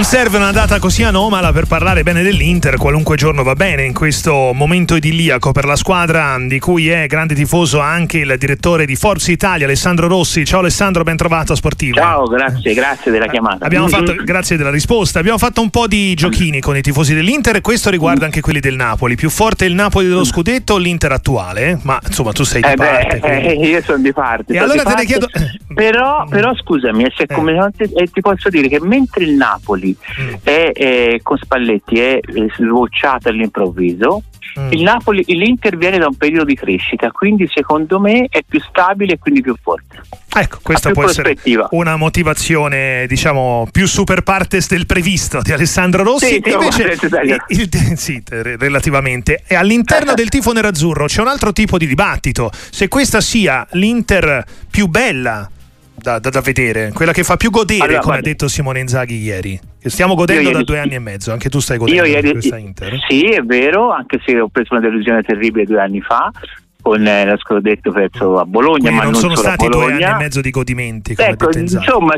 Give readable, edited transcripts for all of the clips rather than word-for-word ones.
Non serve una data così anomala per parlare bene dell'Inter, qualunque giorno va bene in questo momento idilliaco per la squadra di cui è grande tifoso anche il direttore di Forza Italia, Alessandro Rossi. Ciao Alessandro, ben trovato a Sportivo. Ciao, grazie della chiamata. Grazie della risposta. Abbiamo fatto un po' di giochini con i tifosi dell'Inter e questo riguarda anche quelli del Napoli. Più forte il Napoli dello scudetto o l'Inter attuale? Ma insomma tu sei di parte. Io sono di parte. E allora te ne chiedo... Però scusami, ti posso dire che mentre il Napoli è con Spalletti è sbocciato all'improvviso, l'Inter viene da un periodo di crescita, quindi secondo me è più stabile e quindi più forte. Ecco, questa può essere una motivazione, diciamo, più super partes del previsto di Alessandro Rossi. Sì, invece, relativamente. E all'interno del tifo nerazzurro c'è un altro tipo di dibattito. Se questa sia l'Inter più bella da vedere, quella che fa più godere, come ha detto Simone Inzaghi ieri, che stiamo godendo da 2 anni e mezzo, anche tu stai godendo di questa Inter. Sì, è vero, anche se ho preso una delusione terribile 2 anni fa con lo scudetto perso a Bologna. Quindi ma non sono stati 2 anni e Bologna. mezzo di godimenti, come ecco, detto Inzaghi. insomma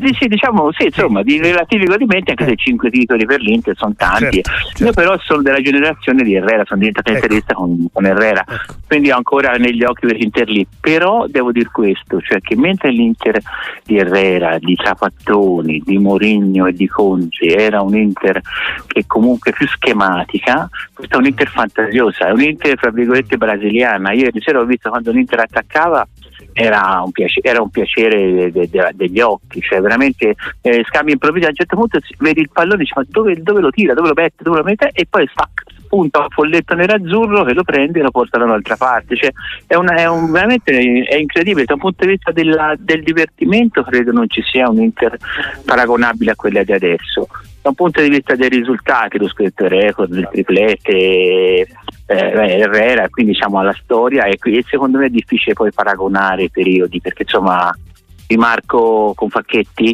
di relativi godimenti, anche se 5 titoli per l'Inter sono tanti. Certo. Io però sono della generazione di Herrera, sono diventato interista con Herrera, quindi ho ancora negli occhi per l'Inter lì. Però devo dire questo, cioè che mentre l'Inter di Herrera, di Trapattoni, di Mourinho e di Conte era un Inter che comunque più schematica, questa è un Inter fantasiosa, è un Inter fra virgolette brasiliana. Ieri sera ho visto quando l'Inter attaccava, era un piacere degli occhi, cioè veramente scambi improvvisi. A un certo punto vedi il pallone e dici ma dove lo tira, dove lo mette, e poi spunta un folletto nerazzurro che lo prende e lo porta da un'altra parte. Cioè veramente è incredibile. Da un punto di vista del divertimento credo non ci sia un Inter paragonabile a quella di adesso. Da un punto di vista dei risultati, lo scritto record, il triplete, Herrera, quindi diciamo alla storia, e secondo me è difficile poi paragonare i periodi, perché insomma Di Marco con Facchetti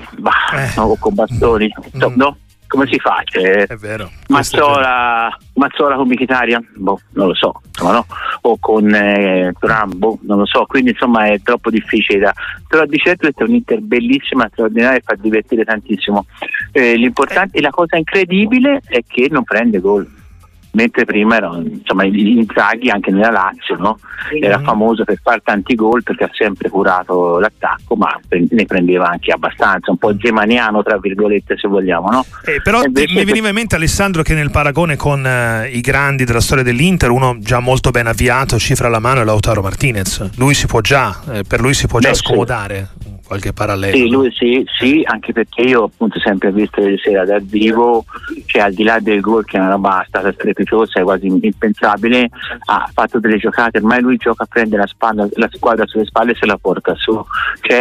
o con Bastoni, no? Come si fa? È vero. Mazzola con Mkhitaryan? Non lo so, insomma, no? O con Thuram? Non lo so, quindi insomma è troppo difficile però di certo questa è un'Inter bellissima, straordinaria, e fa divertire tantissimo. L'importante e la cosa incredibile è che non prende gol, mentre prima era, insomma, Inzaghi anche nella Lazio, no? Era famoso per fare tanti gol perché ha sempre curato l'attacco, ma ne prendeva anche abbastanza, un po' gemaniano tra virgolette, se vogliamo, no? Però mi veniva in mente, Alessandro, che nel paragone con i grandi della storia dell'Inter, uno già molto ben avviato, cifra alla mano, è Lautaro Martinez. Per lui si può già scomodare. Qualche parallelo. Sì, lui sì, anche perché io appunto sempre visto ieri sera dal vivo, cioè al di là del gol che è una roba stata strepitosa, è quasi impensabile, ha fatto delle giocate, ormai lui gioca a prendere la squadra sulle spalle e se la porta su, cioè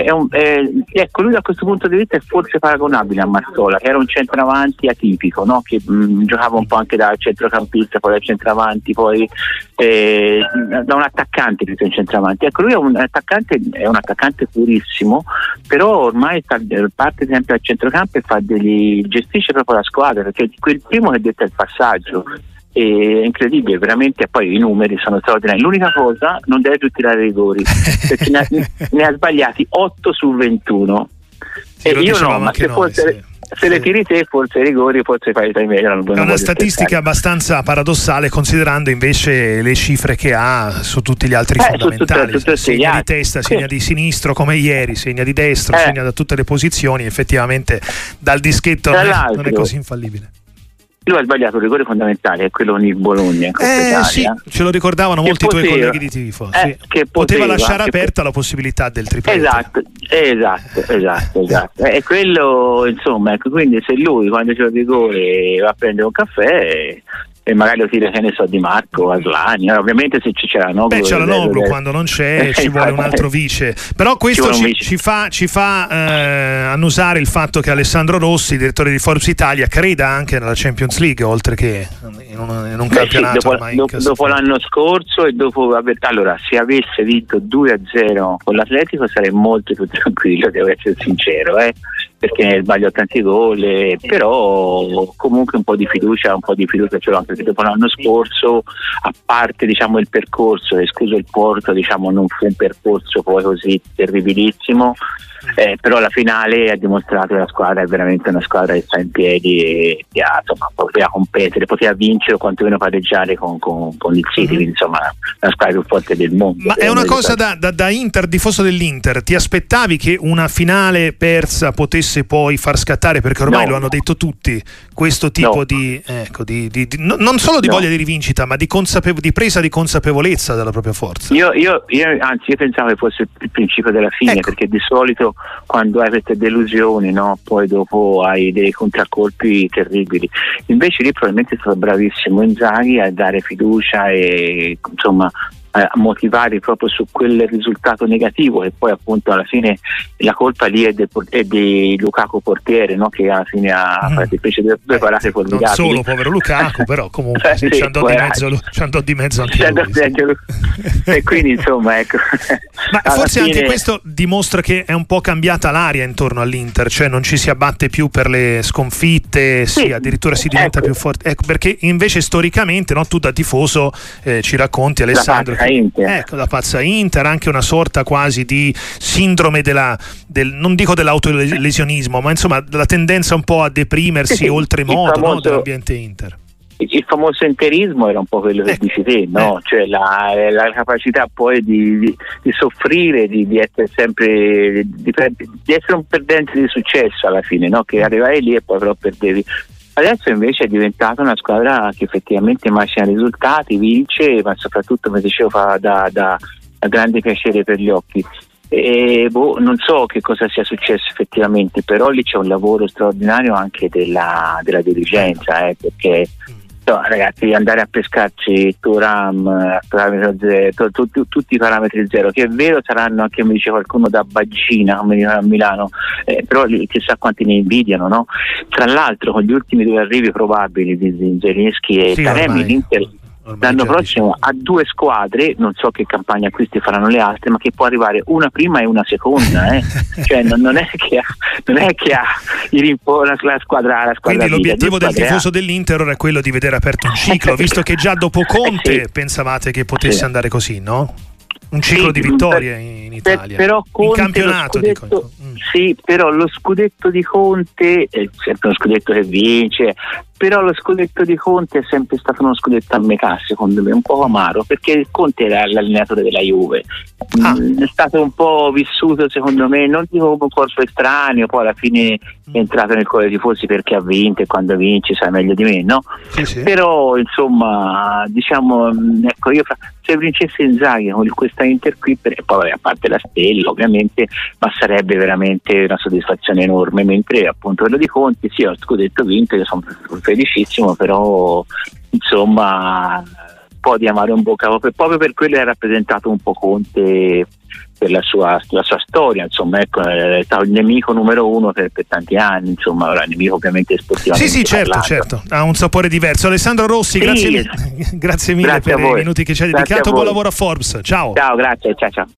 ecco, lui da questo punto di vista è forse paragonabile a Mazzola, che era un centravanti atipico, no? Che giocava un po' anche da centrocampista, poi da centravanti, poi da un attaccante più che un centravanti. Ecco, lui è un attaccante purissimo, però ormai parte sempre al centrocampo e gestisce proprio la squadra, perché quel primo che detta il passaggio è incredibile, veramente. E poi i numeri sono straordinari. L'unica cosa, non deve più tirare rigori, perché ne ha sbagliati 8 su 21. Sì, e io no, ma se fosse se le tiri te, forse i rigori, forse fai meglio. È una statistica abbastanza paradossale, considerando invece le cifre che ha su tutti gli altri fondamentali. Segna di testa, segna di sinistro come ieri, segna di destro, segna da tutte le posizioni. Effettivamente dal dischetto non è così infallibile. Lui ha sbagliato il rigore fondamentale, è quello con il Bologna in Coppa Italia. Sì, ce lo ricordavano molti tuoi colleghi di tifo, che poteva lasciare aperta la possibilità del triplete. Esatto. E quello, insomma, ecco, quindi se lui quando c'è il rigore va a prendere un caffè e magari lo tira, che ne so, Di Marco, Aslani, ovviamente se c'è la Noglu. C'è la Noglu, quando non c'è ci vuole un altro vice, però questo ci fa annusare il fatto che Alessandro Rossi, direttore di Forza Italia, creda anche nella Champions League, oltre che in un campionato. Dopo l'anno scorso e dopo allora, se avesse vinto 2-0 con l'Atletico sarei molto più tranquillo, devo essere sincero, perché sbaglio tanti gol, però comunque un po' di fiducia ce l'ho, anche perché dopo l'anno scorso, a parte diciamo il percorso, escluso il Porto, diciamo non fu un percorso poi così terribilissimo, però la finale ha dimostrato che la squadra è veramente una squadra che sta in piedi e che poteva competere, poteva vincere o quantomeno pareggiare con il City, quindi insomma la squadra più forte del mondo. Ma è una cosa da Inter, tifoso dell'Inter, ti aspettavi che una finale persa potesse poi far scattare, perché ormai lo hanno detto tutti, questo tipo di non solo di voglia di rivincita, ma di presa di consapevolezza della propria forza? Io pensavo che fosse il principio della fine, perché di solito quando hai queste delusioni, no, poi dopo hai dei contraccolpi terribili. Invece lì probabilmente è stato bravissimo Inzaghi a dare fiducia e insomma a motivare proprio su quel risultato negativo, e poi appunto alla fine la colpa lì è di Lukaku portiere, no? Che alla fine ha fece due parate formidabili. Non solo povero Lukaku, però comunque ci andò di mezzo anche lui. E quindi insomma ecco. Ma forse anche questo dimostra che è un po' cambiata l'aria intorno all'Inter, cioè non ci si abbatte più per le sconfitte, addirittura si diventa più forte. Ecco, perché invece storicamente, no, tu da tifoso ci racconti, Alessandro, la pazza Inter, anche una sorta quasi di sindrome non dico dell'autolesionismo, ma insomma della tendenza un po' a deprimersi oltremodo, no, dell'ambiente Inter. Il famoso interismo era un po' quello che dici te, no? Cioè la capacità poi di soffrire, di essere sempre di essere un perdente di successo alla fine, no? Che arrivavi lì e poi però perdevi. Adesso invece è diventata una squadra che effettivamente macina risultati, vince, ma soprattutto, come dicevo, fa da grande piacere per gli occhi. E non so che cosa sia successo effettivamente, però lì c'è un lavoro straordinario anche della dirigenza, perché ragazzi, andare a pescarci Thuram, tutti i parametri zero, che è vero saranno anche, mi dice qualcuno, da Baggina, come dicono a Milano, però chissà quanti ne invidiano, no? Tra l'altro con gli ultimi due arrivi probabili di Zelinski e Taremi, l'Inter l'anno prossimo ha due squadre, non so che campagna acquisti faranno le altre, ma che può arrivare una prima e una seconda, cioè non è che ha la squadra. Quindi l'obiettivo del tifoso dell'Inter ora è quello di vedere aperto un ciclo, visto che già dopo Conte pensavate che potesse andare così, no? Un ciclo di vittorie in Italia, però Conte, in campionato dico. Sì, però lo scudetto di Conte è sempre uno scudetto che vince, però lo scudetto di Conte è sempre stato uno scudetto a metà, secondo me, un po' amaro, perché Conte era l'allenatore della Juve, è stato un po' vissuto, secondo me, non dico come un corpo estraneo, poi alla fine è entrato nel cuore dei tifosi perché ha vinto, e quando vinci sai meglio di me, no? Sì. Però insomma, diciamo, ecco, io se vincesse Inzaghi con questa Inter qui, poi a parte la stella ovviamente, ma sarebbe veramente una soddisfazione enorme, mentre appunto quello di Conte, sì, ho scudetto vinto, io sono felicissimo, però insomma un po' di amaro in bocca, proprio per quello è rappresentato un po' Conte per la sua storia, insomma, ecco, è stato il nemico numero uno per tanti anni, insomma, ora il nemico ovviamente sportivamente. Sì, certo, ha un sapore diverso. Alessandro Rossi, grazie mille per i minuti che ci hai dedicato, buon lavoro a Forbes, ciao. Ciao, grazie, ciao.